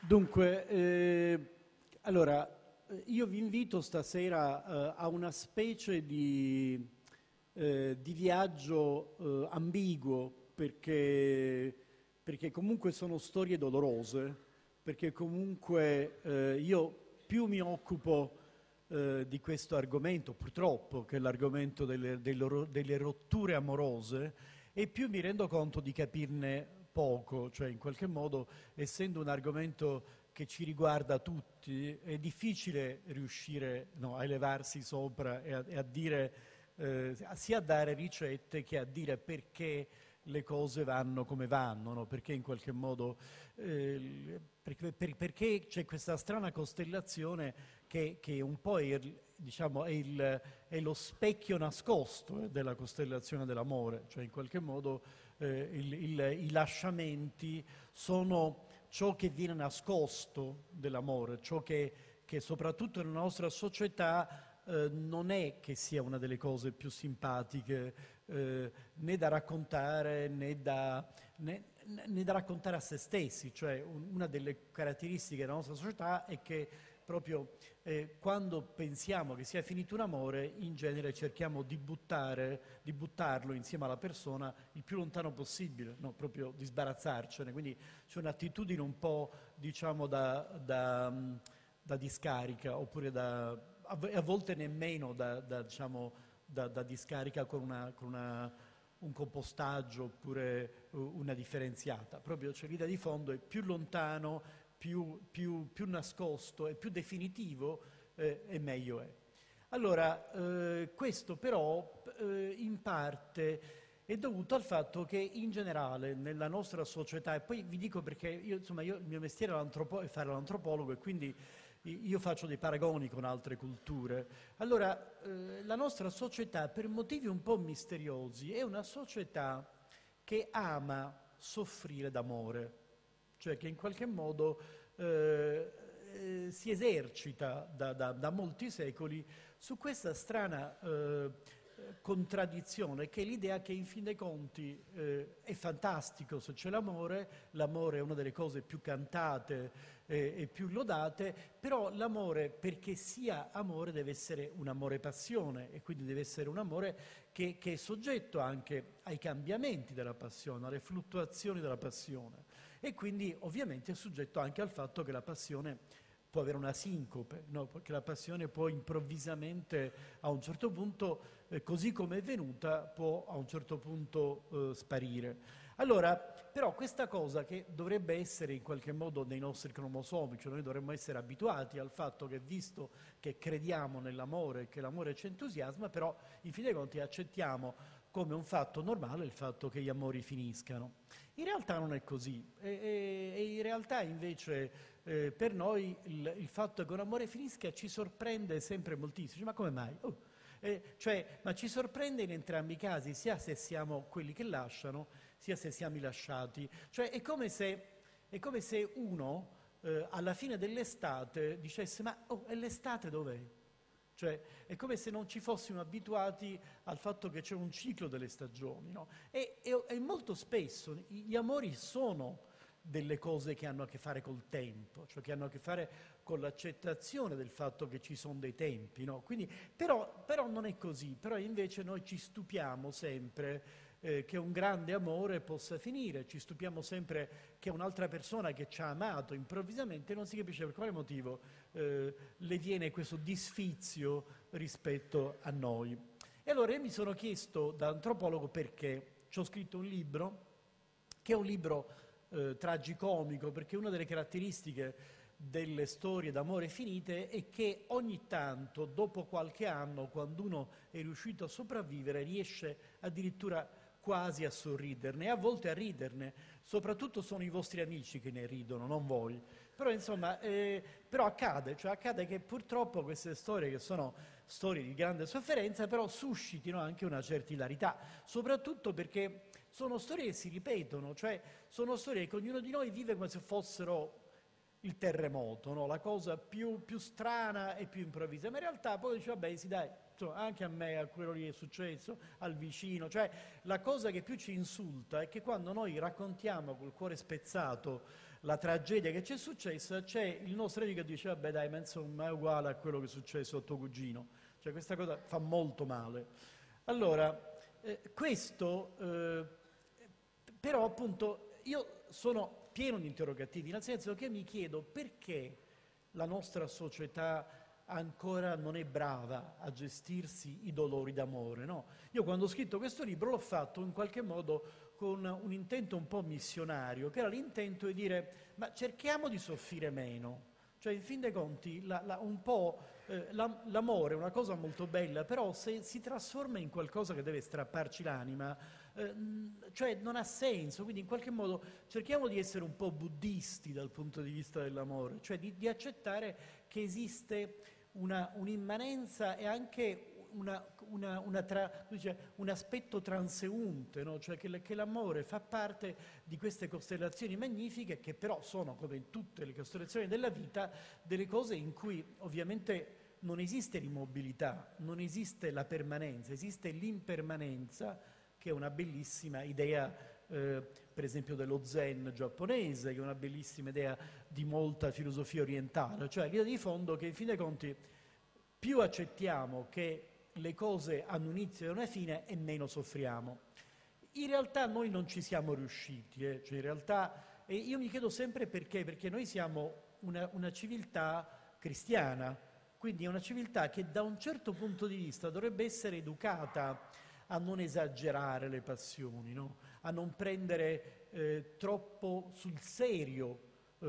Dunque, allora, io vi invito stasera a una specie di viaggio ambiguo, perché comunque sono storie dolorose, perché comunque io più mi occupo di questo argomento, purtroppo, che è l'argomento delle rotture amorose, e più mi rendo conto di capirne poco, cioè in qualche modo, essendo un argomento che ci riguarda tutti, è difficile riuscire, no, a elevarsi sopra e a dire, sia a dare ricette che a dire perché le cose vanno come vanno, no? Perché in qualche modo, perché c'è questa strana costellazione che un po' diciamo, è lo specchio nascosto della costellazione dell'amore, cioè in qualche modo i lasciamenti sono ciò che viene nascosto dell'amore, ciò che soprattutto nella nostra società non è che sia una delle cose più simpatiche né da raccontare né da raccontare a se stessi, cioè una delle caratteristiche della nostra società è che proprio quando pensiamo che sia finito un amore, in genere cerchiamo di buttarlo insieme alla persona il più lontano possibile, no? Proprio di sbarazzarcene. Quindi c'è un'attitudine un po', diciamo, da discarica, oppure a volte nemmeno diciamo, da discarica con un compostaggio oppure una differenziata. Proprio c'è l'idea di fondo, è più lontano, più nascosto e più definitivo e meglio è. Allora, questo però in parte è dovuto al fatto che in generale nella nostra società, e poi vi dico perché io il mio mestiere è fare l'antropologo e quindi io faccio dei paragoni con altre culture. Allora, la nostra società, per motivi un po' misteriosi, è una società che ama soffrire d'amore, cioè che in qualche modo si esercita da molti secoli su questa strana contraddizione, che è l'idea che in fin dei conti è fantastico se c'è l'amore è una delle cose più cantate e più lodate, però l'amore, perché sia amore, deve essere un amore passione, e quindi deve essere un amore che è soggetto anche ai cambiamenti della passione, alle fluttuazioni della passione, e quindi ovviamente è soggetto anche al fatto che la passione può avere una sincope, no? Perché la passione può improvvisamente, a un certo punto, così come è venuta, può a un certo punto sparire. Allora, però questa cosa che dovrebbe essere in qualche modo nei nostri cromosomi, cioè noi dovremmo essere abituati al fatto che, visto che crediamo nell'amore, che l'amore ci entusiasma, però in fin dei conti accettiamo come un fatto normale il fatto che gli amori finiscano. In realtà non è così, e in realtà invece per noi il fatto che un amore finisca ci sorprende sempre moltissimo. Ma come mai? Ma ci sorprende in entrambi i casi, sia se siamo quelli che lasciano, sia se siamo i lasciati. Cioè è come se uno alla fine dell'estate dicesse: ma è l'estate dov'è? Cioè è come se non ci fossimo abituati al fatto che c'è un ciclo delle stagioni, no? E molto spesso gli amori sono delle cose che hanno a che fare col tempo, cioè che hanno a che fare con l'accettazione del fatto che ci sono dei tempi, no? Quindi, però non è così, però invece noi ci stupiamo sempre che un grande amore possa finire, ci stupiamo sempre che un'altra persona che ci ha amato improvvisamente, non si capisce per quale motivo le viene questo disfizio rispetto a noi. E allora io mi sono chiesto da antropologo perché ci ho scritto un libro, che è un libro tragicomico, perché una delle caratteristiche delle storie d'amore finite è che ogni tanto, dopo qualche anno, quando uno è riuscito a sopravvivere, riesce addirittura quasi a sorriderne, e a volte a riderne. Soprattutto sono i vostri amici che ne ridono, non voi. Però insomma, però accade che purtroppo queste storie, che sono storie di grande sofferenza, però suscitino anche una certa ilarità, soprattutto perché sono storie che si ripetono, cioè sono storie che ognuno di noi vive come se fossero il terremoto, no? La cosa più strana e più improvvisa, ma in realtà poi dice: vabbè, sì, dai, insomma, anche a me, a quello lì è successo, al vicino. Cioè la cosa che più ci insulta è che quando noi raccontiamo col cuore spezzato la tragedia che ci è successa, c'è il nostro amico che dice vabbè dai, ma insomma è uguale a quello che è successo a tuo cugino. Cioè questa cosa fa molto male. Allora, questo, però appunto io sono pieno di interrogativi, nel senso che mi chiedo perché la nostra società ancora non è brava a gestirsi i dolori d'amore, no? Io quando ho scritto questo libro l'ho fatto in qualche modo con un intento un po' missionario, che era l'intento di dire ma cerchiamo di soffrire meno. Cioè, in fin dei conti, l'amore è una cosa molto bella, però se si trasforma in qualcosa che deve strapparci l'anima, cioè non ha senso. Quindi in qualche modo cerchiamo di essere un po' buddisti dal punto di vista dell'amore, cioè di accettare che esiste un'immanenza e anche un aspetto transeunte, no? Cioè che l'amore fa parte di queste costellazioni magnifiche che però sono, come in tutte le costellazioni della vita, delle cose in cui ovviamente non esiste l'immobilità, non esiste la permanenza, esiste l'impermanenza, che è una bellissima idea, per esempio dello Zen giapponese, che è una bellissima idea di molta filosofia orientale, cioè l'idea di fondo che in fin dei conti più accettiamo che le cose hanno un inizio e una fine e meno soffriamo. In realtà noi non ci siamo riusciti, cioè in realtà, e io mi chiedo sempre perché noi siamo una civiltà cristiana, quindi è una civiltà che da un certo punto di vista dovrebbe essere educata a non esagerare le passioni, no? A non prendere troppo sul serio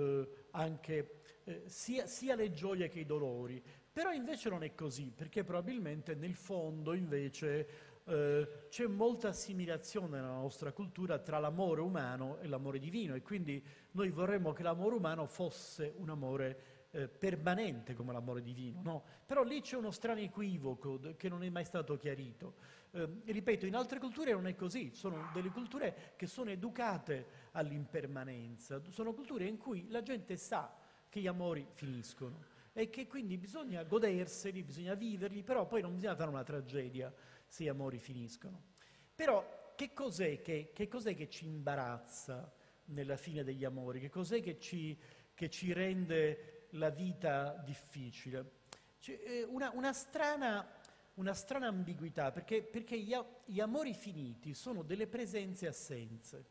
anche sia le gioie che i dolori. Però invece non è così, perché probabilmente nel fondo invece c'è molta assimilazione nella nostra cultura tra l'amore umano e l'amore divino, e quindi noi vorremmo che l'amore umano fosse un amore permanente come l'amore divino, no? Però lì c'è uno strano equivoco che non è mai stato chiarito. Ripeto, in altre culture non è così, sono delle culture che sono educate all'impermanenza, sono culture in cui la gente sa che gli amori finiscono e che quindi bisogna goderseli, bisogna viverli, però poi non bisogna fare una tragedia se gli amori finiscono. Però che cos'è che ci imbarazza nella fine degli amori? Che cos'è che ci rende la vita difficile? C'è una strana ambiguità, perché gli amori finiti sono delle presenze e assenze.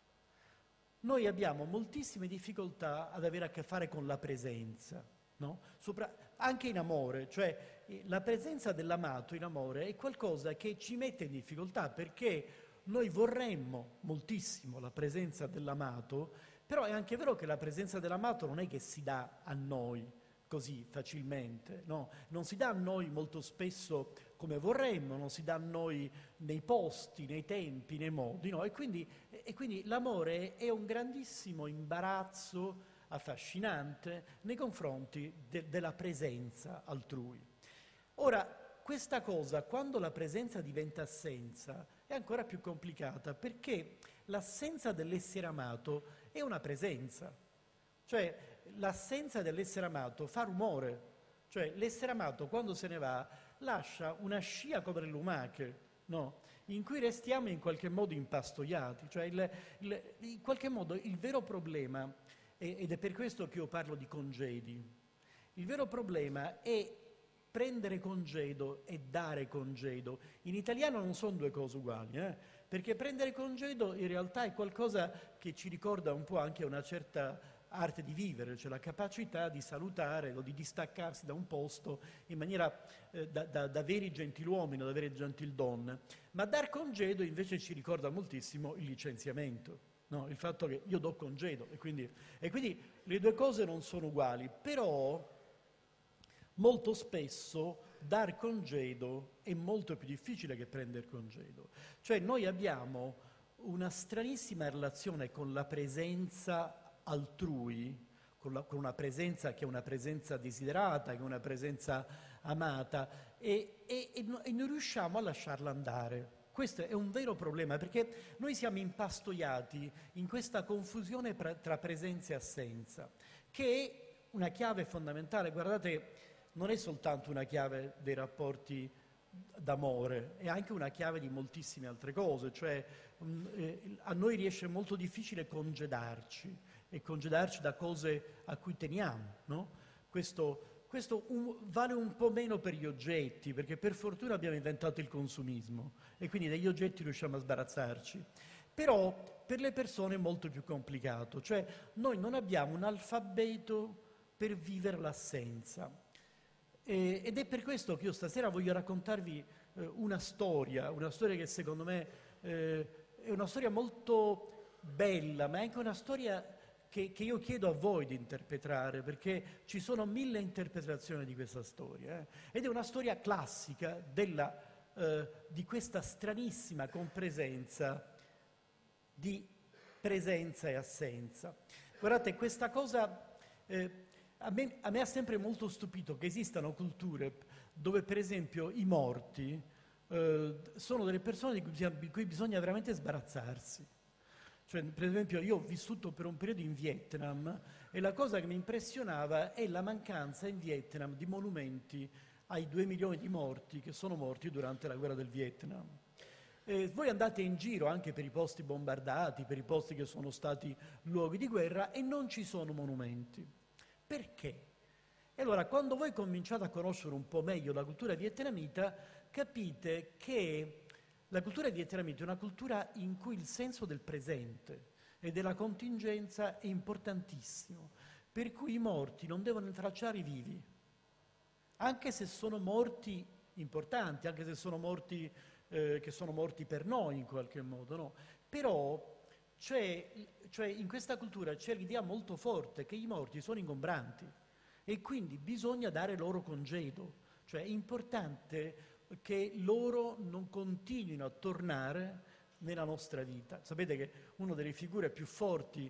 Noi abbiamo moltissime difficoltà ad avere a che fare con la presenza, no? Anche in amore, cioè la presenza dell'amato in amore è qualcosa che ci mette in difficoltà, perché noi vorremmo moltissimo la presenza dell'amato, però è anche vero che la presenza dell'amato non è che si dà a noi così facilmente, no? Non si dà a noi molto spesso come vorremmo, non si dà a noi nei posti, nei tempi, nei modi, no? E quindi l'amore è un grandissimo imbarazzo affascinante nei confronti della presenza altrui. Ora, questa cosa, quando la presenza diventa assenza, è ancora più complicata, perché l'assenza dell'essere amato è una presenza. Cioè, l'assenza dell'essere amato fa rumore. Cioè, l'essere amato, quando se ne va, lascia una scia come le lumache, no? In cui restiamo in qualche modo impastoiati. Cioè, in qualche modo il vero problema, ed è per questo che io parlo di congedi, il vero problema è prendere congedo e dare congedo. In italiano non sono due cose uguali, perché prendere congedo in realtà è qualcosa che ci ricorda un po' anche una certa arte di vivere, cioè la capacità di salutare o di distaccarsi da un posto in maniera da veri gentiluomini, da vere gentildonne. Ma dar congedo invece ci ricorda moltissimo il licenziamento, no? Il fatto che io do congedo e quindi le due cose non sono uguali, però molto spesso dar congedo è molto più difficile che prendere congedo. Cioè noi abbiamo una stranissima relazione con la presenza altrui, con una presenza che è una presenza desiderata, che è una presenza amata, e non riusciamo a lasciarla andare. Questo è un vero problema, perché noi siamo impastoiati in questa confusione tra presenza e assenza, che è una chiave fondamentale. Guardate, non è soltanto una chiave dei rapporti d'amore, è anche una chiave di moltissime altre cose, cioè a noi riesce molto difficile congedarci, e congedarci da cose a cui teniamo, no? Questo vale un po' meno per gli oggetti, perché per fortuna abbiamo inventato il consumismo e quindi degli oggetti riusciamo a sbarazzarci. Però per le persone è molto più complicato, cioè noi non abbiamo un alfabeto per vivere l'assenza. Ed è per questo che io stasera voglio raccontarvi una storia che secondo me è una storia molto bella, ma è anche una storia che io chiedo a voi di interpretare, perché ci sono 1000 interpretazioni di questa storia. Ed è una storia classica di questa stranissima compresenza di presenza e assenza. Guardate, questa cosa a me ha sempre molto stupito che esistano culture dove per esempio i morti sono delle persone di cui bisogna veramente sbarazzarsi. Cioè, per esempio, io ho vissuto per un periodo in Vietnam e la cosa che mi impressionava è la mancanza in Vietnam di monumenti ai 2 milioni di morti che sono morti durante la guerra del Vietnam. Voi andate in giro anche per i posti bombardati, per i posti che sono stati luoghi di guerra e non ci sono monumenti. Perché? E allora, quando voi cominciate a conoscere un po' meglio la cultura vietnamita, capite che la cultura vietnamita è una cultura in cui il senso del presente e della contingenza è importantissimo, per cui i morti non devono intralciare i vivi, anche se sono morti importanti, anche se sono morti che sono morti per noi in qualche modo, no? Però cioè in questa cultura c'è l'idea molto forte che i morti sono ingombranti e quindi bisogna dare loro congedo, cioè è importante che loro non continuino a tornare nella nostra vita. Sapete che una delle figure più forti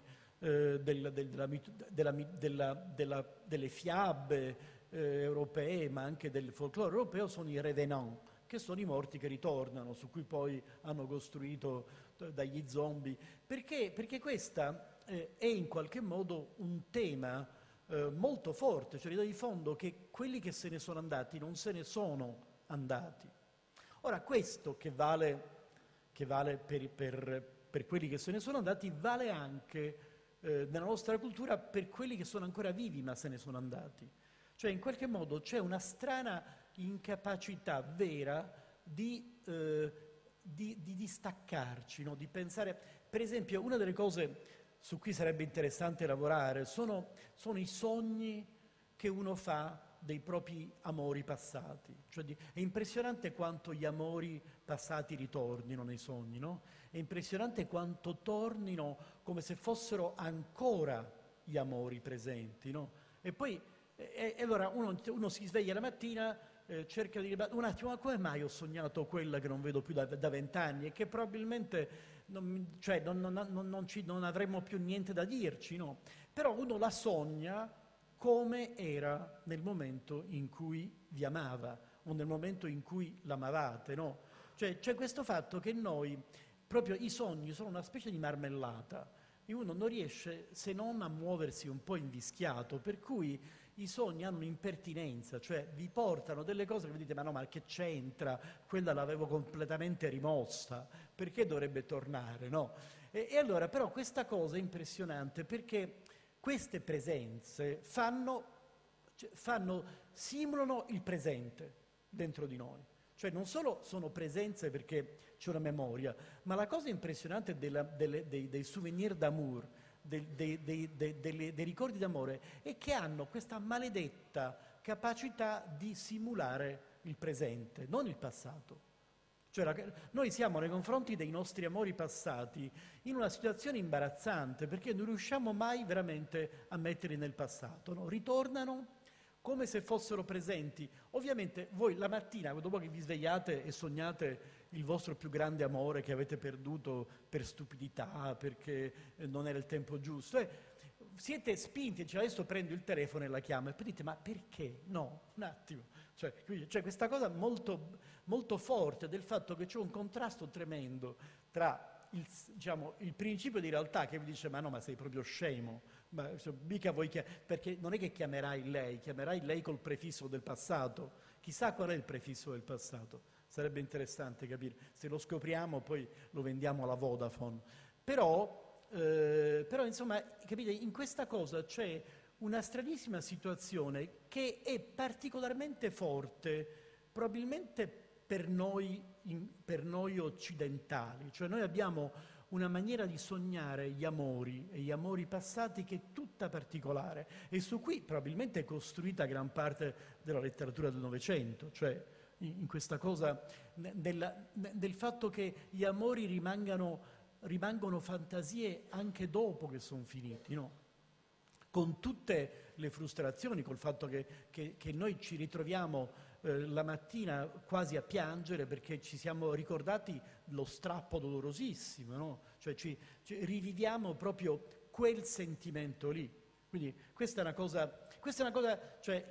delle fiabe europee, ma anche del folklore europeo, sono i revenants, che sono i morti che ritornano, su cui poi hanno costruito dagli zombie. Perché questa è in qualche modo un tema molto forte, cioè l'idea di fondo che quelli che se ne sono andati non se ne sono andati. Ora, questo che vale per quelli che se ne sono andati, vale anche nella nostra cultura per quelli che sono ancora vivi ma se ne sono andati. Cioè, in qualche modo c'è una strana incapacità vera di distaccarci, no? Di pensare. Per esempio, una delle cose su cui sarebbe interessante lavorare sono i sogni che uno fa dei propri amori passati. Cioè è impressionante quanto gli amori passati ritornino nei sogni, no? È impressionante quanto tornino come se fossero ancora gli amori presenti, no? E poi allora uno si sveglia la mattina, cerca di dire un attimo, ma come mai ho sognato quella che non vedo più da 20 anni e che probabilmente non avremmo più niente da dirci, no? Però uno la sogna come era nel momento in cui vi amava o nel momento in cui l'amavate, no? Cioè c'è questo fatto che noi, proprio i sogni sono una specie di marmellata e uno non riesce se non a muoversi un po' invischiato, per cui i sogni hanno un'impertinenza, cioè vi portano delle cose che vi dite ma no, ma che c'entra? Quella l'avevo completamente rimossa, perché dovrebbe tornare, no? E allora però questa cosa è impressionante perché queste presenze simulano il presente dentro di noi. Cioè non solo sono presenze perché c'è una memoria, ma la cosa impressionante dei souvenir d'amour, dei ricordi d'amore, è che hanno questa maledetta capacità di simulare il presente, non il passato. Cioè noi siamo nei confronti dei nostri amori passati in una situazione imbarazzante perché non riusciamo mai veramente a metterli nel passato, no? Ritornano come se fossero presenti. Ovviamente voi la mattina, dopo che vi svegliate e sognate il vostro più grande amore che avete perduto per stupidità, perché non era il tempo giusto, siete spinti, cioè adesso prendo il telefono e la chiamo e poi dite ma perché? No, un attimo. Cioè questa cosa molto, molto forte del fatto che c'è un contrasto tremendo tra il principio di realtà che vi dice ma no, ma sei proprio scemo, ma mica vuoi perché non è che chiamerai lei col prefisso del passato, chissà qual è il prefisso del passato, sarebbe interessante capire, se lo scopriamo poi lo vendiamo alla Vodafone, però però insomma, capite, in questa cosa c'è una stranissima situazione che è particolarmente forte, probabilmente per noi occidentali, cioè noi abbiamo una maniera di sognare gli amori e gli amori passati che è tutta particolare e su cui probabilmente è costruita gran parte della letteratura del Novecento, cioè in questa cosa del fatto che gli amori rimangono fantasie anche dopo che sono finiti, no? Con tutte le frustrazioni, col fatto che noi ci ritroviamo la mattina quasi a piangere perché ci siamo ricordati lo strappo dolorosissimo, no? Cioè riviviamo proprio quel sentimento lì. Quindi questa è una cosa, cioè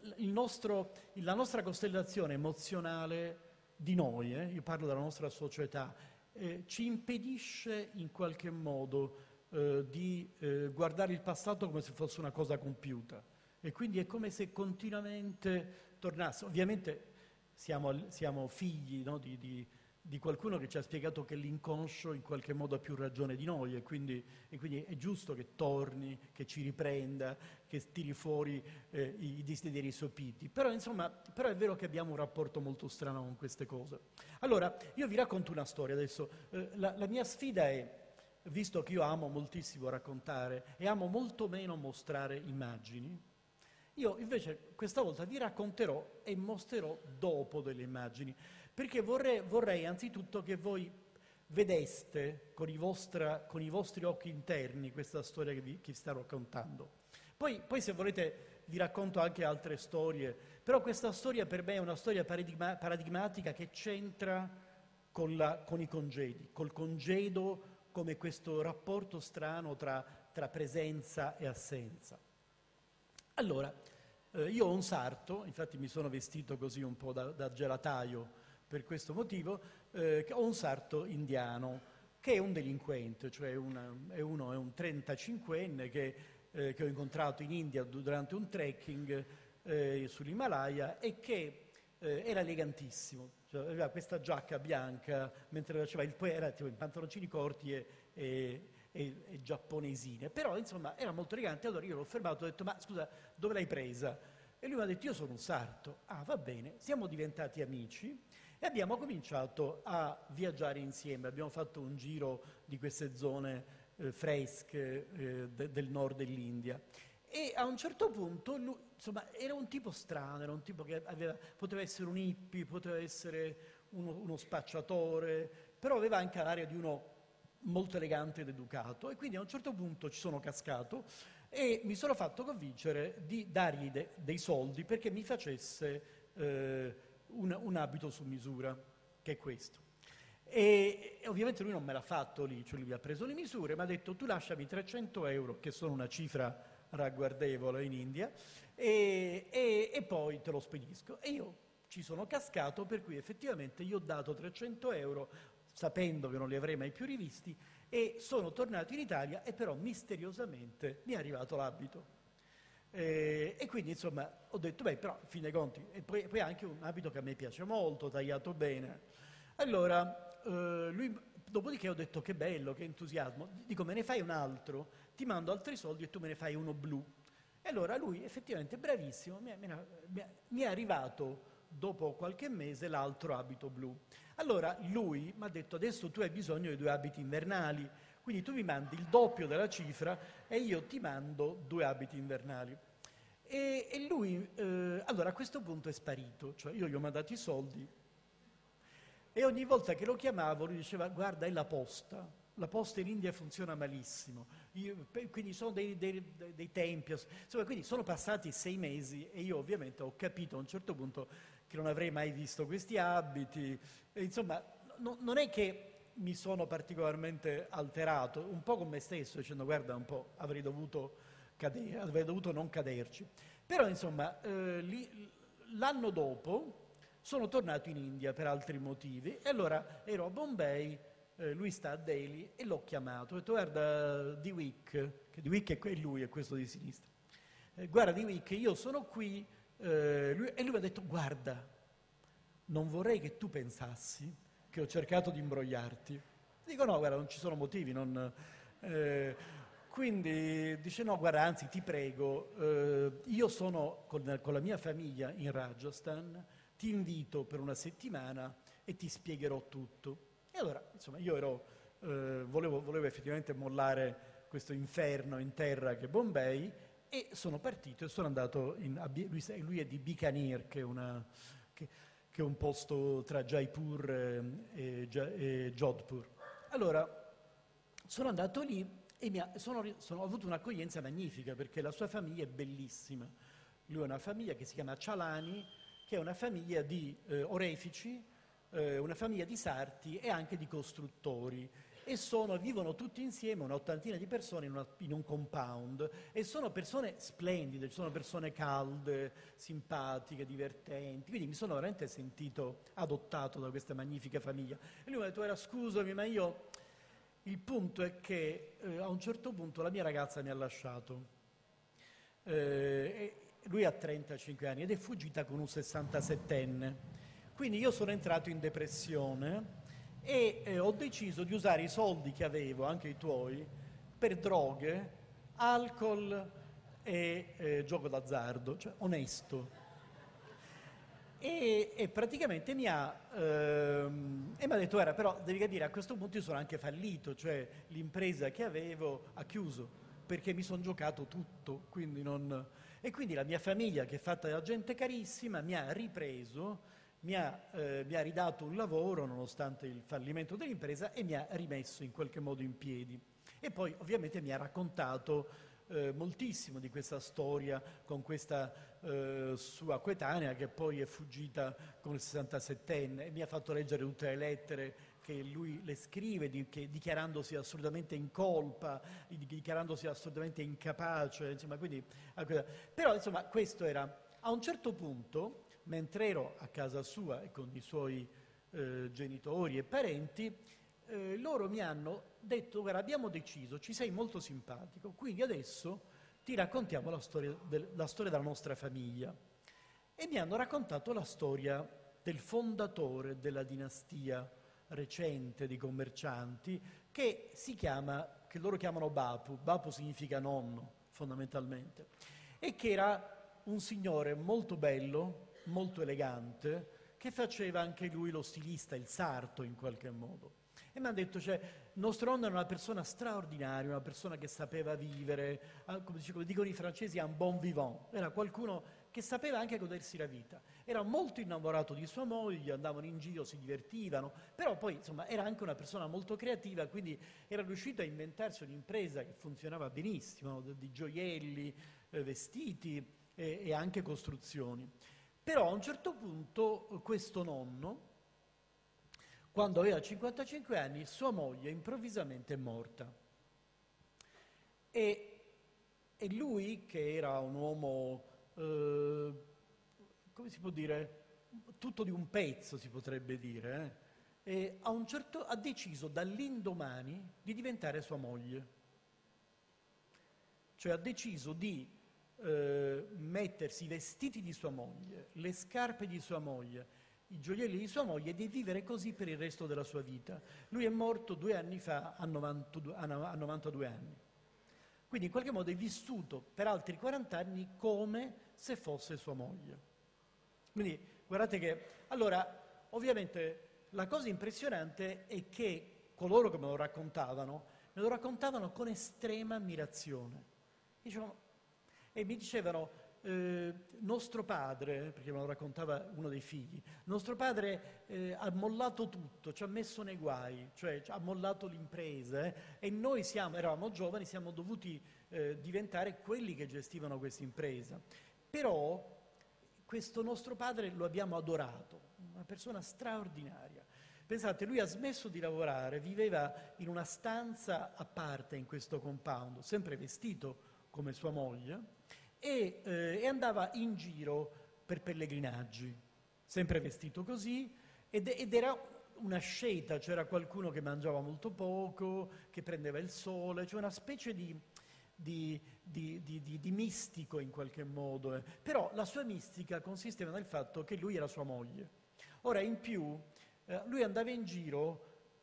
la nostra costellazione emozionale di noi, io parlo della nostra società, ci impedisce in qualche modo di guardare il passato come se fosse una cosa compiuta e quindi è come se continuamente tornasse. Ovviamente siamo figli, no, di qualcuno che ci ha spiegato che l'inconscio in qualche modo ha più ragione di noi e quindi è giusto che torni, che ci riprenda, che tiri fuori i desideri sopiti. Però insomma, però è vero che abbiamo un rapporto molto strano con queste cose. Allora, io vi racconto una storia adesso. La mia sfida è, visto che io amo moltissimo raccontare e amo molto meno mostrare immagini, io invece questa volta vi racconterò e mostrerò dopo delle immagini, perché vorrei anzitutto che voi vedeste con i vostri occhi interni questa storia che vi sto raccontando. Poi se volete vi racconto anche altre storie, però questa storia per me è una storia paradigmatica che c'entra con i congedi, col congedo come questo rapporto strano tra presenza e assenza. Allora, io ho un sarto, infatti mi sono vestito così un po' da gelataio per questo motivo, ho un sarto indiano che è un delinquente, cioè è un 35enne che ho incontrato in India durante un trekking sull'Himalaya e che era elegantissimo, cioè, aveva questa giacca bianca mentre faceva era tipo in pantaloncini corti e giapponesine, però insomma era molto elegante. Allora io l'ho fermato e ho detto: ma scusa, dove l'hai presa? E lui mi ha detto: io sono un sarto. Ah, va bene. Siamo diventati amici e abbiamo cominciato a viaggiare insieme, abbiamo fatto un giro di queste zone fresche del nord dell'India e a un certo punto lui, insomma, era un tipo strano, era un tipo che poteva essere un hippie, poteva essere uno spacciatore, però aveva anche l'aria di uno molto elegante ed educato e quindi a un certo punto ci sono cascato e mi sono fatto convincere di dargli dei soldi perché mi facesse un abito su misura, che è questo. E ovviamente lui non me l'ha fatto lì, cioè lui ha preso le misure, mi ha detto: tu lasciami 300 euro, che sono una cifra ragguardevole in India, e poi te lo spedisco. E io ci sono cascato, per cui effettivamente gli ho dato 300 euro, sapendo che non li avrei mai più rivisti, e sono tornato in Italia e però misteriosamente mi è arrivato l'abito. E quindi insomma ho detto: beh, però in fin dei conti, e poi anche un abito che a me piace molto, tagliato bene. Allora dopodiché ho detto: che bello, che entusiasmo, dico: me ne fai un altro, ti mando altri soldi e tu me ne fai uno blu. E allora lui effettivamente bravissimo, mi è arrivato dopo qualche mese l'altro abito blu. Allora lui mi ha detto: adesso tu hai bisogno di 2 abiti invernali, quindi tu mi mandi il doppio della cifra e io ti mando 2 abiti invernali. E lui allora a questo punto è sparito, cioè io gli ho mandato i soldi e ogni volta che lo chiamavo lui diceva: guarda, è la posta in India funziona malissimo, quindi sono dei tempi, insomma, quindi sono passati 6 mesi e io ovviamente ho capito a un certo punto che non avrei mai visto questi abiti, e, insomma non è che mi sono particolarmente alterato, un po' con me stesso, dicendo: guarda, un po' avrei dovuto non caderci. Però insomma l'anno dopo sono tornato in India per altri motivi e allora ero a Bombay, lui sta a Delhi e l'ho chiamato, ho detto: guarda Diwik, che Diwik è lui, è questo di sinistra, guarda Diwik, io sono qui, e lui mi ha detto: guarda, non vorrei che tu pensassi che ho cercato di imbrogliarti. Dico: no, guarda, non ci sono motivi, Quindi dice no, guarda, anzi ti prego, io sono con la mia famiglia in Rajasthan, ti invito per una settimana e ti spiegherò tutto. E allora, insomma, volevo effettivamente mollare questo inferno in terra che è Bombay, e sono partito e sono andato lui è di Bikaner, che è un posto tra Jaipur e Jodhpur. Allora, sono andato lì e ho avuto un'accoglienza magnifica, perché la sua famiglia è bellissima. Lui ha una famiglia che si chiama Chalani, che è una famiglia di orefici, una famiglia di sarti e anche di costruttori. E vivono tutti insieme, un'ottantina di persone in un compound, e sono persone splendide, sono persone calde, simpatiche, divertenti, quindi mi sono veramente sentito adottato da questa magnifica famiglia. E lui mi ha detto, guarda, scusami, ma il punto è che a un certo punto la mia ragazza mi ha lasciato, e lui ha 35 anni ed è fuggita con un 67enne, quindi io sono entrato in depressione e ho deciso di usare i soldi che avevo, anche i tuoi, per droghe, alcol e gioco d'azzardo, cioè onesto. E praticamente mi ha detto, guarda, però devi capire, a questo punto io sono anche fallito, cioè l'impresa che avevo ha chiuso, perché mi sono giocato tutto, quindi non... E quindi la mia famiglia, che è fatta da gente carissima, mi ha ripreso, mi ha ridato un lavoro nonostante il fallimento dell'impresa e mi ha rimesso in qualche modo in piedi. E poi ovviamente mi ha raccontato moltissimo di questa storia con questa sua coetanea che poi è fuggita con il 67enne, e mi ha fatto leggere tutte le lettere che lui le scrive, dichiarandosi assolutamente in colpa, dichiarandosi assolutamente incapace, insomma, quindi, però insomma questo era, a un certo punto, mentre ero a casa sua e con i suoi genitori e parenti, loro mi hanno detto, guarda, abbiamo deciso, ci sei molto simpatico, quindi adesso ti raccontiamo la storia della nostra famiglia. E mi hanno raccontato la storia del fondatore della dinastia recente di commercianti, che loro chiamano Bapu. Bapu significa nonno, fondamentalmente, e che era un signore molto bello, molto elegante, che faceva anche lui lo stilista, il sarto in qualche modo. E mi hanno detto, cioè, nostro nonno era una persona straordinaria, una persona che sapeva vivere, come dicono i francesi, un bon vivant, era qualcuno che sapeva anche godersi la vita. Era molto innamorato di sua moglie, andavano in giro, si divertivano, però poi insomma era anche una persona molto creativa, quindi era riuscito a inventarsi un'impresa che funzionava benissimo, di gioielli, vestiti e anche costruzioni. Però a un certo punto questo nonno, quando aveva 55 anni, sua moglie improvvisamente è morta. E lui, che era un uomo, come si può dire, tutto di un pezzo si potrebbe dire, ha deciso dall'indomani di diventare sua moglie. Cioè ha deciso di mettersi i vestiti di sua moglie, le scarpe di sua moglie, i gioielli di sua moglie, e di vivere così per il resto della sua vita. Lui è morto 2 anni fa, a 92 anni. Quindi in qualche modo è vissuto per altri 40 anni come se fosse sua moglie. Quindi guardate che, allora, ovviamente la cosa impressionante è che coloro che me lo raccontavano con estrema ammirazione. E mi dicevano, nostro padre, perché me lo raccontava uno dei figli, nostro padre ha mollato tutto, ci ha messo nei guai, cioè ha mollato l'impresa, e noi eravamo giovani, siamo dovuti diventare quelli che gestivano questa impresa. Però questo nostro padre lo abbiamo adorato, una persona straordinaria. Pensate, lui ha smesso di lavorare, viveva in una stanza a parte in questo compound, sempre vestito come sua moglie, e andava in giro per pellegrinaggi, sempre vestito così, ed era una scelta, c'era qualcuno che mangiava molto poco, che prendeva il sole, cioè una specie di mistico in qualche modo. Però la sua mistica consisteva nel fatto che lui era sua moglie. Ora, in più, lui andava in giro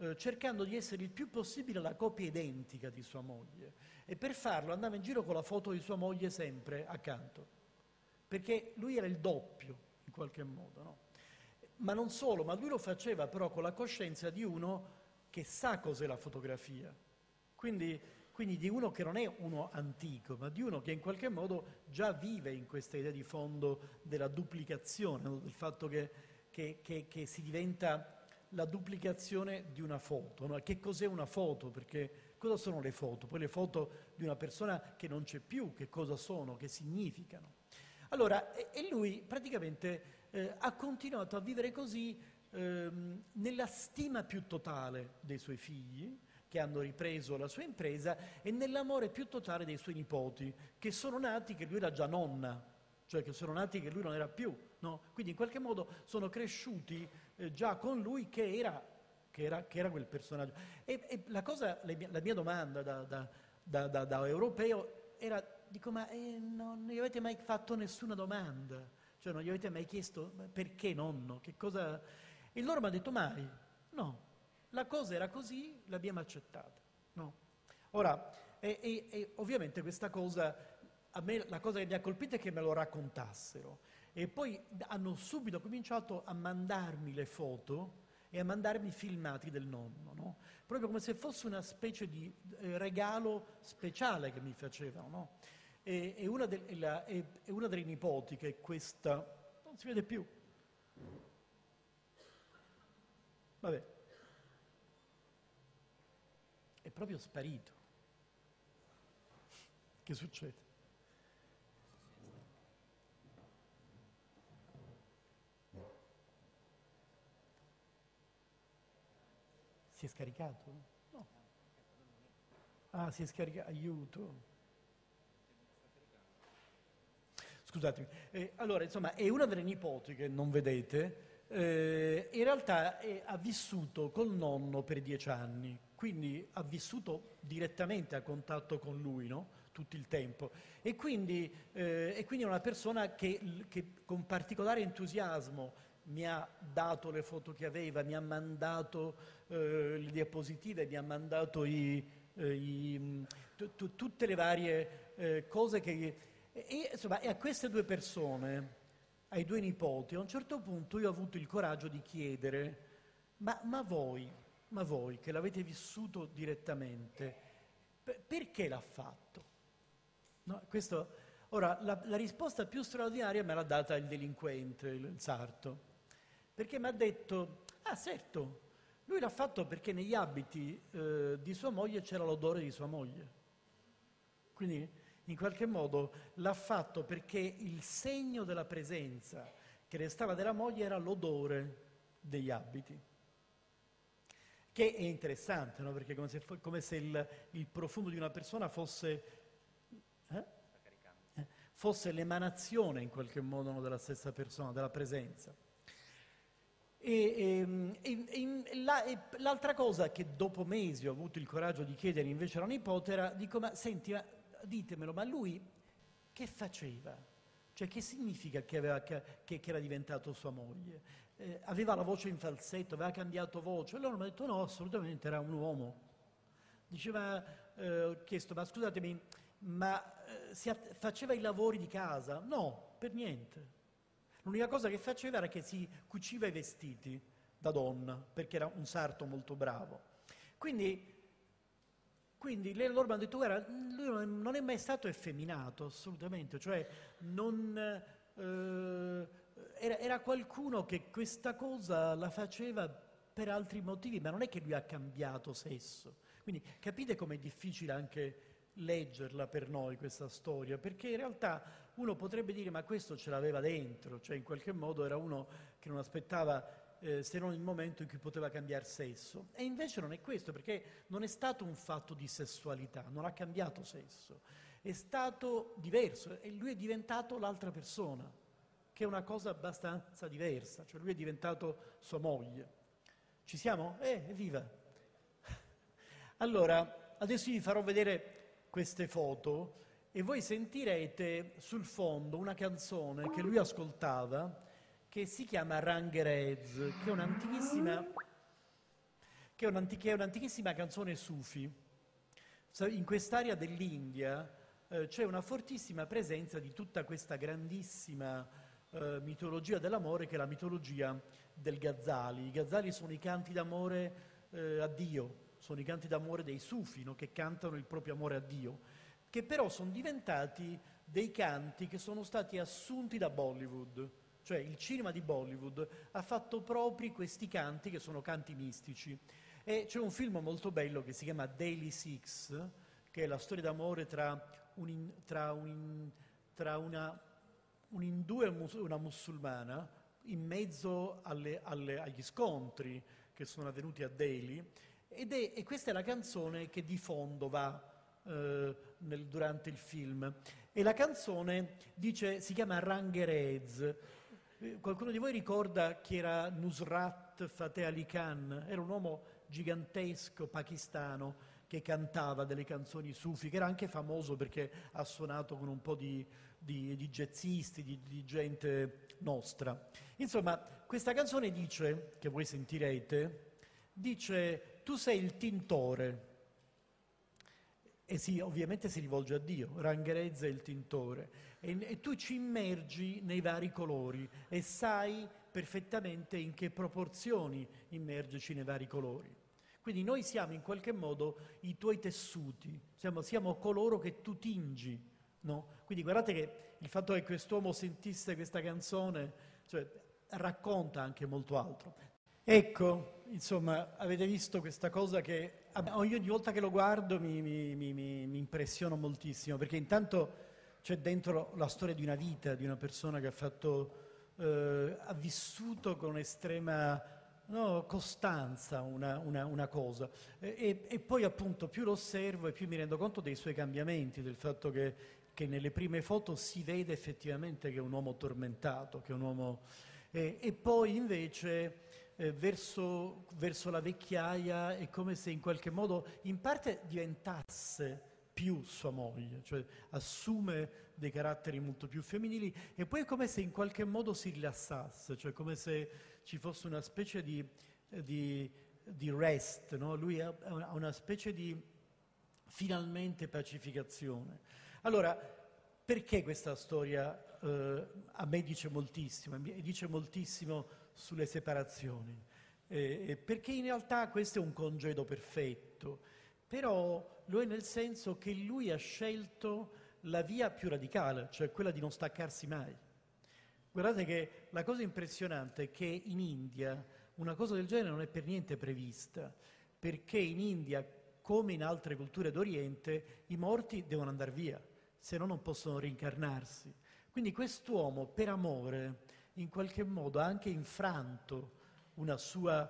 cercando di essere il più possibile la copia identica di sua moglie. E per farlo andava in giro con la foto di sua moglie sempre accanto, perché lui era il doppio, in qualche modo, no? Ma non solo, ma lui lo faceva però con la coscienza di uno che sa cos'è la fotografia. Quindi di uno che non è uno antico, ma di uno che in qualche modo già vive in questa idea di fondo della duplicazione, no? Del fatto che si diventa la duplicazione di una foto, no? Che cos'è una foto? Perché cosa sono le foto? Poi le foto di una persona che non c'è più, che cosa sono, che significano? Allora, e lui praticamente ha continuato a vivere così nella stima più totale dei suoi figli, che hanno ripreso la sua impresa, e nell'amore più totale dei suoi nipoti, che sono nati che lui era già nonna, cioè che sono nati che lui non era più, no? Quindi in qualche modo sono cresciuti già con lui che era quel personaggio. E la mia domanda da europeo era, dico, ma non gli avete mai fatto nessuna domanda? Cioè non gli avete mai chiesto perché nonno? Che cosa... E loro mi hanno detto mai, no. La cosa era così, l'abbiamo accettata, no? Ora, ovviamente questa cosa, a me la cosa che mi ha colpito è che me lo raccontassero. E poi hanno subito cominciato a mandarmi le foto e a mandarmi i filmati del nonno, no? Proprio come se fosse una specie di regalo speciale che mi facevano, no? E una delle nipoti, che è questa, non si vede più, vabbè, è proprio sparito. Che succede? Si è scaricato? No. Ah, si è scaricato, aiuto. Scusatemi. Allora, insomma, è una delle nipoti che non vedete. In realtà ha vissuto col nonno per 10 anni, quindi ha vissuto direttamente a contatto con lui, no? Tutto il tempo. E quindi è una persona che con particolare entusiasmo mi ha dato le foto che aveva, mi ha mandato le diapositive, mi ha mandato tutte le varie cose che... insomma, e a queste due persone, ai due nipoti, a un certo punto io ho avuto il coraggio di chiedere, ma voi che l'avete vissuto direttamente, perché l'ha fatto? No, ora, la risposta più straordinaria me l'ha data il delinquente, il sarto, perché mi ha detto, ah certo, lui l'ha fatto perché negli abiti di sua moglie c'era l'odore di sua moglie. Quindi in qualche modo l'ha fatto perché il segno della presenza che restava della moglie era l'odore degli abiti. Che è interessante, no? Perché è come se il profumo di una persona fosse l'emanazione in qualche modo, no, della stessa persona, della presenza. L'altra cosa che dopo mesi ho avuto il coraggio di chiedere invece alla nipote era, dico, ma senti, ditemelo, ma lui che faceva? Cioè che significa che era diventato sua moglie? Aveva la voce in falsetto, aveva cambiato voce? Allora mi ha detto no, assolutamente era un uomo. Diceva, ho chiesto, ma scusatemi, faceva i lavori di casa? No, per niente. L'unica cosa che faceva era che si cuciva i vestiti da donna, perché era un sarto molto bravo. Quindi loro mi hanno detto, guarda, lui non è mai stato effeminato, assolutamente, cioè era qualcuno che questa cosa la faceva per altri motivi, ma non è che lui ha cambiato sesso. Quindi capite com'è difficile anche leggerla per noi questa storia, perché in realtà uno potrebbe dire ma questo ce l'aveva dentro, cioè in qualche modo era uno che non aspettava se non il momento in cui poteva cambiare sesso. E invece non è questo, perché non è stato un fatto di sessualità, non ha cambiato sesso, è stato diverso e lui è diventato l'altra persona, che è una cosa abbastanza diversa, cioè lui è diventato sua moglie. Ci siamo? Evviva! Allora, adesso vi farò vedere queste foto e voi sentirete sul fondo una canzone che lui ascoltava, che si chiama Rangerez, che che è un'antichissima canzone sufi. In quest'area dell'India c'è una fortissima presenza di tutta questa grandissima mitologia dell'amore, che è la mitologia del Ghazali. I Ghazali sono i canti d'amore a Dio, sono i canti d'amore dei sufi, no? Che cantano il proprio amore a Dio, che però sono diventati dei canti che sono stati assunti da Bollywood. Cioè il cinema di Bollywood ha fatto propri questi canti, che sono canti mistici. E c'è un film molto bello che si chiama Daily Six, che è la storia d'amore tra un indù e una musulmana, in mezzo agli scontri che sono avvenuti a Delhi, e questa è la canzone che di fondo va durante il film. E la canzone si chiama Rangerez. Qualcuno di voi ricorda chi era Nusrat Fateh Ali Khan? Era un uomo gigantesco pakistano che cantava delle canzoni sufi, che era anche famoso perché ha suonato con un po' di jazzisti, di gente nostra. Insomma, questa canzone dice, che voi sentirete, dice: tu sei il tintore. E sì, ovviamente si rivolge a Dio, Rangerezza è il tintore, e tu ci immergi nei vari colori e sai perfettamente in che proporzioni immergerci nei vari colori. Quindi noi siamo in qualche modo i tuoi tessuti, siamo coloro che tu tingi, no? Quindi guardate che il fatto che quest'uomo sentisse questa canzone, cioè, racconta anche molto altro. Ecco, insomma, avete visto questa cosa che ogni volta che lo guardo mi impressiono moltissimo, perché intanto c'è dentro la storia di una vita, di una persona che ha vissuto con estrema costanza una cosa, e poi appunto più lo osservo e più mi rendo conto dei suoi cambiamenti, del fatto che nelle prime foto si vede effettivamente che è un uomo tormentato, che è un uomo... e poi invece... verso la vecchiaia è come se in qualche modo in parte diventasse più sua moglie, cioè assume dei caratteri molto più femminili, e poi è come se in qualche modo si rilassasse, cioè come se ci fosse una specie di rest, no? Lui ha una specie di finalmente pacificazione. Allora, perché questa storia a me dice moltissimo, e dice moltissimo sulle separazioni, perché in realtà questo è un congedo perfetto, però lo è nel senso che lui ha scelto la via più radicale, cioè quella di non staccarsi mai. Guardate che la cosa impressionante è che in India una cosa del genere non è per niente prevista, perché in India, come in altre culture d'Oriente, i morti devono andare via, se no non possono reincarnarsi. Quindi quest'uomo, per amore, in qualche modo ha anche infranto una sua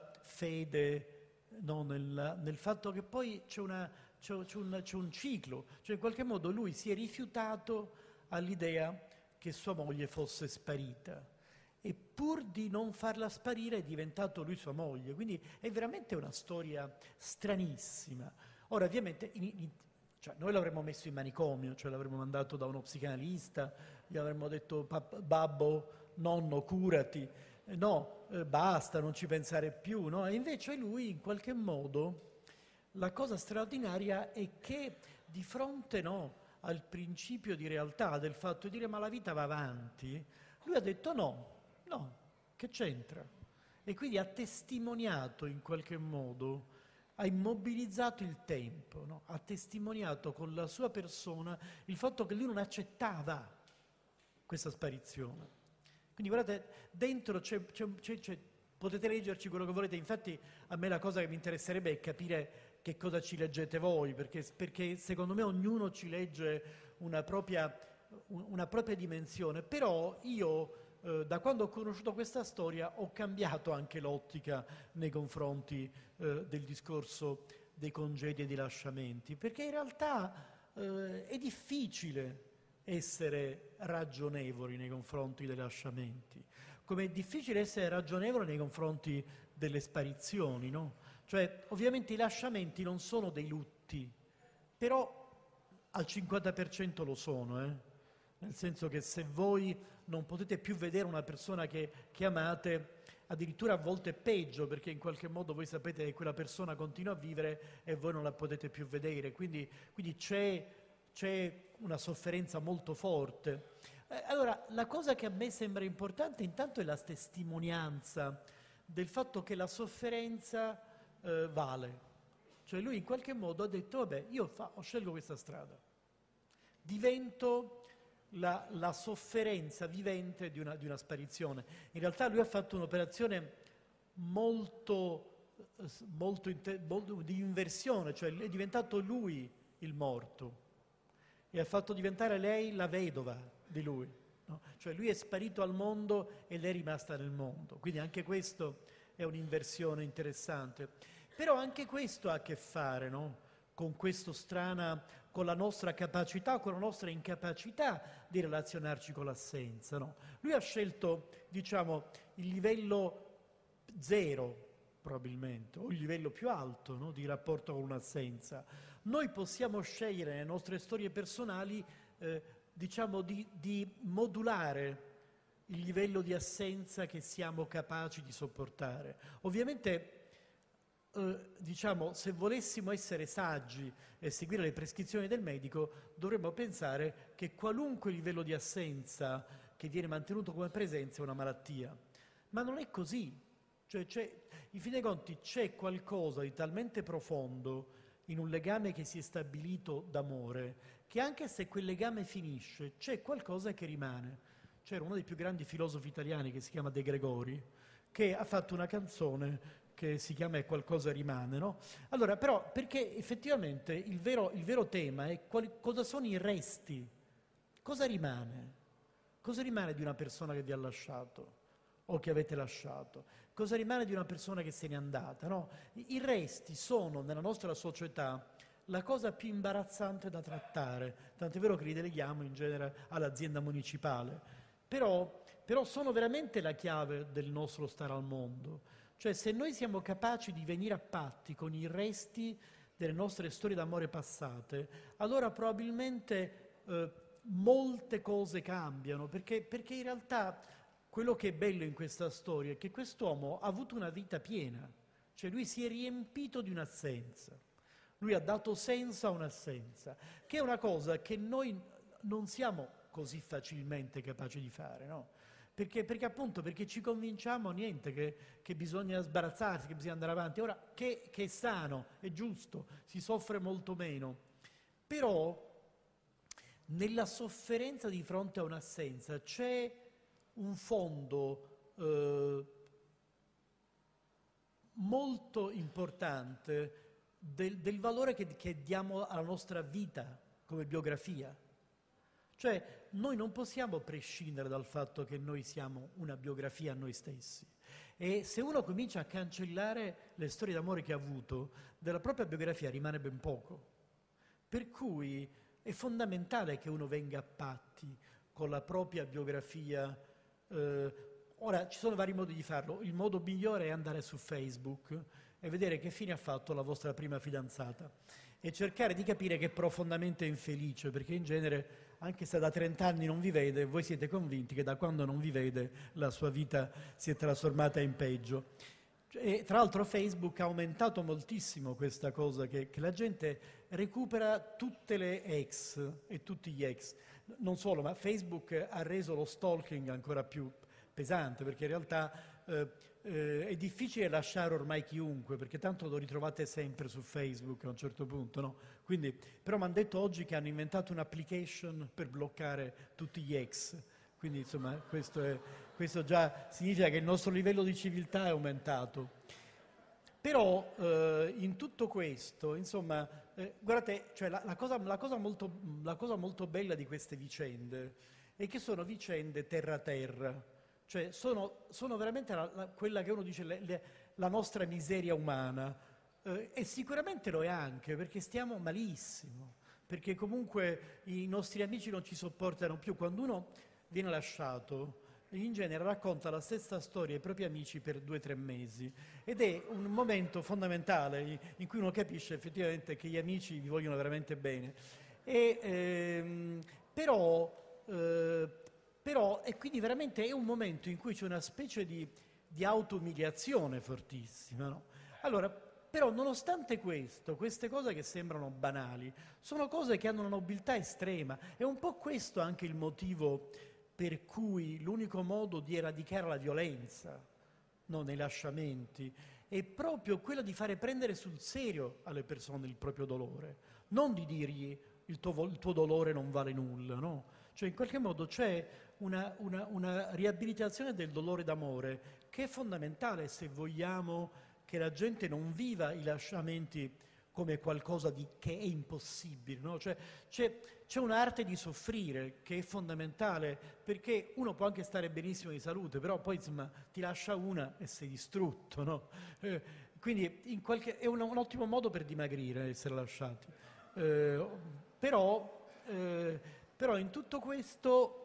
fede, no, nel fatto che poi c'è un ciclo, cioè in qualche modo lui si è rifiutato all'idea che sua moglie fosse sparita, e pur di non farla sparire è diventato lui sua moglie, quindi è veramente una storia stranissima. Ora ovviamente cioè, noi l'avremmo messo in manicomio, cioè l'avremmo mandato da uno psicanalista, gli avremmo detto babbo, nonno, curati, no, basta, non ci pensare più, no? E invece lui, in qualche modo, la cosa straordinaria è che di fronte, no, al principio di realtà del fatto di dire ma la vita va avanti, lui ha detto no, che c'entra? E quindi ha testimoniato in qualche modo, ha immobilizzato il tempo, no? Ha testimoniato con la sua persona il fatto che lui non accettava questa sparizione. Quindi guardate, dentro potete leggerci quello che volete, infatti a me la cosa che mi interesserebbe è capire che cosa ci leggete voi, perché secondo me ognuno ci legge una propria dimensione, però io da quando ho conosciuto questa storia ho cambiato anche l'ottica nei confronti del discorso dei congedi e dei lasciamenti, perché in realtà è difficile essere ragionevoli nei confronti dei lasciamenti, come è difficile essere ragionevoli nei confronti delle sparizioni, no? Cioè, ovviamente i lasciamenti non sono dei lutti, però al 50% lo sono, nel senso che se voi non potete più vedere una persona che amate, addirittura a volte è peggio, perché in qualche modo voi sapete che quella persona continua a vivere e voi non la potete più vedere, quindi c'è una sofferenza molto forte. Allora, la cosa che a me sembra importante intanto è la testimonianza del fatto che la sofferenza vale. Cioè lui in qualche modo ha detto, vabbè, scelgo questa strada, divento la sofferenza vivente di una sparizione. In realtà lui ha fatto un'operazione molto di inversione, cioè è diventato lui il morto e ha fatto diventare lei la vedova di lui. No? Cioè lui è sparito al mondo e lei è rimasta nel mondo. Quindi anche questo è un'inversione interessante. Però anche questo ha a che fare, no? Con la nostra capacità, con la nostra incapacità di relazionarci con l'assenza. No? Lui ha scelto, diciamo, il livello zero, probabilmente, o il livello più alto, no? Di rapporto con un'assenza. Noi possiamo scegliere nelle nostre storie personali, diciamo, di modulare il livello di assenza che siamo capaci di sopportare. Ovviamente, diciamo, se volessimo essere saggi e seguire le prescrizioni del medico, dovremmo pensare che qualunque livello di assenza che viene mantenuto come presenza è una malattia. Ma non è così. Cioè, in fin dei conti c'è qualcosa di talmente profondo in un legame che si è stabilito d'amore, che anche se quel legame finisce, c'è qualcosa che rimane. C'era uno dei più grandi filosofi italiani che si chiama De Gregori, che ha fatto una canzone che si chiama E qualcosa rimane, no? Allora, però, perché effettivamente il vero tema è cosa sono i resti? Cosa rimane? Cosa rimane di una persona che vi ha lasciato o che avete lasciato? Cosa rimane di una persona che se n'è andata, no? I resti sono, nella nostra società, la cosa più imbarazzante da trattare, tant'è vero che li deleghiamo in genere all'azienda municipale. Però sono veramente la chiave del nostro stare al mondo. Cioè, se noi siamo capaci di venire a patti con i resti delle nostre storie d'amore passate, allora probabilmente molte cose cambiano, perché in realtà quello che è bello in questa storia è che quest'uomo ha avuto una vita piena, cioè lui si è riempito di un'assenza, lui ha dato senso a un'assenza, che è una cosa che noi non siamo così facilmente capaci di fare, no? Perché ci convinciamo niente che bisogna sbarazzarsi, che bisogna andare avanti. Ora, che è sano, è giusto, si soffre molto meno. Però nella sofferenza di fronte a un'assenza c'è un fondo molto importante del valore che diamo alla nostra vita come biografia. Cioè, noi non possiamo prescindere dal fatto che noi siamo una biografia a noi stessi. E se uno comincia a cancellare le storie d'amore che ha avuto, della propria biografia rimane ben poco. Per cui è fondamentale che uno venga a patti con la propria biografia. Ora, ci sono vari modi di farlo. Il modo migliore è andare su Facebook e vedere che fine ha fatto la vostra prima fidanzata e cercare di capire che è profondamente infelice, perché in genere, anche se da 30 anni non vi vede, voi siete convinti che da quando non vi vede la sua vita si è trasformata in peggio. E tra l'altro Facebook ha aumentato moltissimo questa cosa, che la gente recupera tutte le ex e tutti gli ex. Non solo, ma Facebook ha reso lo stalking ancora più pesante, perché in realtà è difficile lasciare ormai chiunque, perché tanto lo ritrovate sempre su Facebook a un certo punto, no? Quindi, però mi hanno detto oggi che hanno inventato un'application per bloccare tutti gli ex, quindi insomma questo già significa che il nostro livello di civiltà è aumentato. Però in tutto questo, insomma, guardate, cioè la cosa molto bella di queste vicende è che sono vicende terra-terra. Cioè sono veramente quella che uno dice la nostra miseria umana, e sicuramente lo è anche perché stiamo malissimo, perché comunque i nostri amici non ci sopportano più. Quando uno viene lasciato, in genere racconta la stessa storia ai propri amici per 2 o 3 mesi ed è un momento fondamentale in cui uno capisce effettivamente che gli amici vi vogliono veramente bene. Però, e quindi veramente è un momento in cui c'è una specie di di auto-umiliazione fortissima, no? Allora, però nonostante questo, queste cose che sembrano banali, sono cose che hanno una nobiltà estrema. È un po' questo anche il motivo per cui l'unico modo di eradicare la violenza, no, nei lasciamenti, è proprio quello di fare prendere sul serio alle persone il proprio dolore, non di dirgli il tuo dolore non vale nulla, no? Cioè in qualche modo c'è una riabilitazione del dolore d'amore che è fondamentale se vogliamo che la gente non viva i lasciamenti come qualcosa che è impossibile, no? Cioè, c'è un'arte di soffrire che è fondamentale, perché uno può anche stare benissimo di salute, però poi insomma ti lascia una e sei distrutto, no? Quindi è un ottimo modo per dimagrire essere lasciati. Però in tutto questo,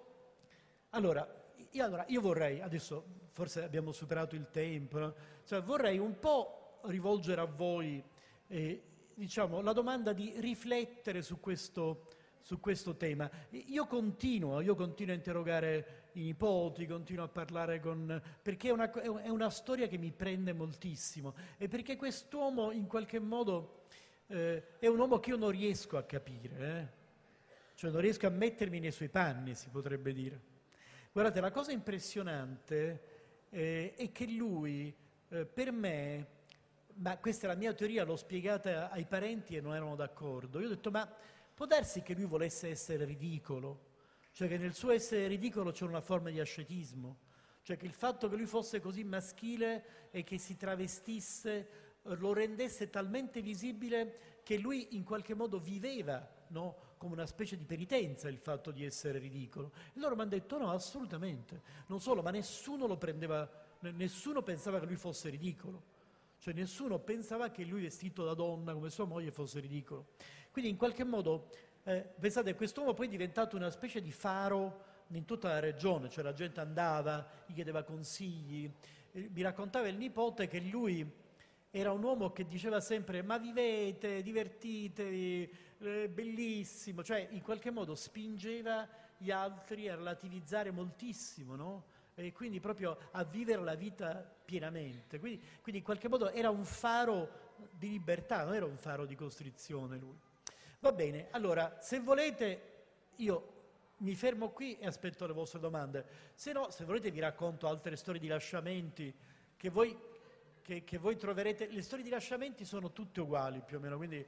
io vorrei, adesso forse abbiamo superato il tempo, no? Cioè, vorrei un po' rivolgere a voi diciamo, la domanda di riflettere su questo tema. Io continuo a interrogare i nipoti, continuo a parlare perché è una storia che mi prende moltissimo e perché quest'uomo in qualche modo è un uomo che io non riesco a capire, cioè non riesco a mettermi nei suoi panni, si potrebbe dire. Guardate, la cosa impressionante è che lui, per me, ma questa è la mia teoria, l'ho spiegata ai parenti e non erano d'accordo. Io ho detto, ma può darsi che lui volesse essere ridicolo? Cioè che nel suo essere ridicolo c'è una forma di ascetismo? Cioè che il fatto che lui fosse così maschile e che si travestisse lo rendesse talmente visibile che lui in qualche modo viveva, no? Come una specie di penitenza il fatto di essere ridicolo. E loro mi hanno detto no, assolutamente. Non solo, ma nessuno pensava che lui fosse ridicolo. Cioè nessuno pensava che lui vestito da donna come sua moglie fosse ridicolo. Quindi in qualche modo, pensate, quest'uomo poi è diventato una specie di faro in tutta la regione, cioè la gente andava, gli chiedeva consigli, mi raccontava il nipote che lui era un uomo che diceva sempre ma vivete, divertitevi, bellissimo, cioè in qualche modo spingeva gli altri a relativizzare moltissimo, no? E quindi proprio a vivere la vita pienamente. Quindi in qualche modo era un faro di libertà, non era un faro di costrizione lui. Va bene, allora, se volete io mi fermo qui e aspetto le vostre domande. Se no, se volete vi racconto altre storie di lasciamenti che voi troverete. Le storie di lasciamenti sono tutte uguali più o meno, quindi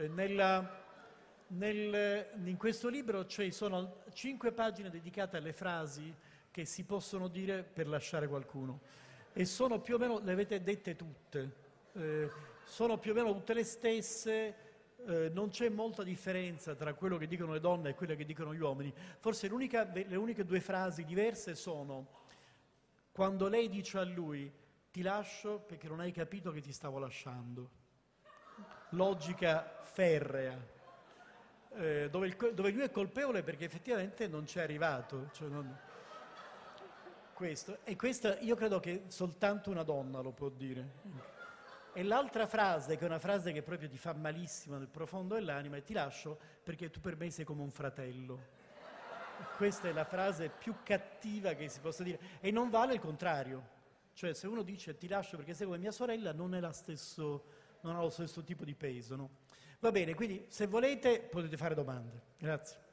in questo libro sono 5 pagine dedicate alle frasi che si possono dire per lasciare qualcuno e sono più o meno, le avete dette tutte, sono più o meno tutte le stesse, non c'è molta differenza tra quello che dicono le donne e quello che dicono gli uomini. Forse le uniche 2 frasi diverse sono quando lei dice a lui ti lascio perché non hai capito che ti stavo lasciando. Logica ferrea, dove lui è colpevole perché effettivamente non c'è arrivato. Cioè questo io credo che soltanto una donna lo può dire. E l'altra frase, che è una frase che proprio ti fa malissimo nel profondo dell'anima, è ti lascio perché tu per me sei come un fratello. E questa è la frase più cattiva che si possa dire. E non vale il contrario. Cioè se uno dice ti lascio perché sei come mia sorella, non ha lo stesso tipo di peso, no? Va bene, quindi se volete potete fare domande. Grazie.